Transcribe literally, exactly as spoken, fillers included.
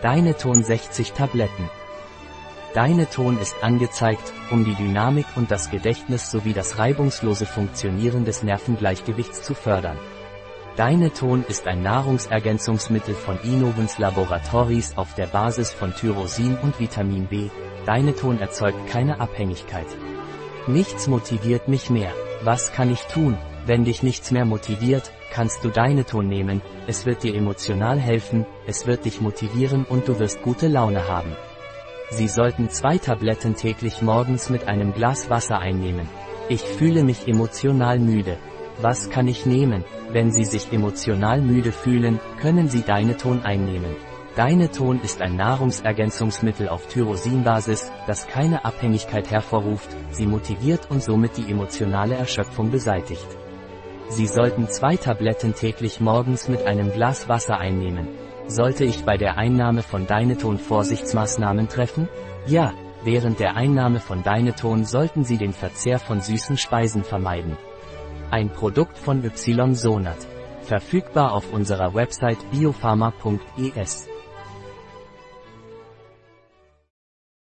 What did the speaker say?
Dyneton sechzig Tabletten. Dyneton ist angezeigt, um die Dynamik und das Gedächtnis sowie das reibungslose Funktionieren des Nervengleichgewichts zu fördern. Dyneton ist ein Nahrungsergänzungsmittel von Innovens Laboratories auf der Basis von Tyrosin und Vitamin B. Dyneton erzeugt keine Abhängigkeit. Nichts motiviert mich mehr. Was kann ich tun? Wenn dich nichts mehr motiviert, kannst du Dyneton nehmen, es wird dir emotional helfen, es wird dich motivieren und du wirst gute Laune haben. Sie sollten zwei Tabletten täglich morgens mit einem Glas Wasser einnehmen. Ich fühle mich emotional müde. Was kann ich nehmen? Wenn Sie sich emotional müde fühlen, können Sie Dyneton einnehmen. Dyneton ist ein Nahrungsergänzungsmittel auf Tyrosinbasis, das keine Abhängigkeit hervorruft, sie motiviert und somit die emotionale Erschöpfung beseitigt. Sie sollten zwei Tabletten täglich morgens mit einem Glas Wasser einnehmen. Sollte ich bei der Einnahme von Dyneton Vorsichtsmaßnahmen treffen? Ja, während der Einnahme von Dyneton sollten Sie den Verzehr von süßen Speisen vermeiden. Ein Produkt von Ysonat. Verfügbar auf unserer Website biopharma punkt es.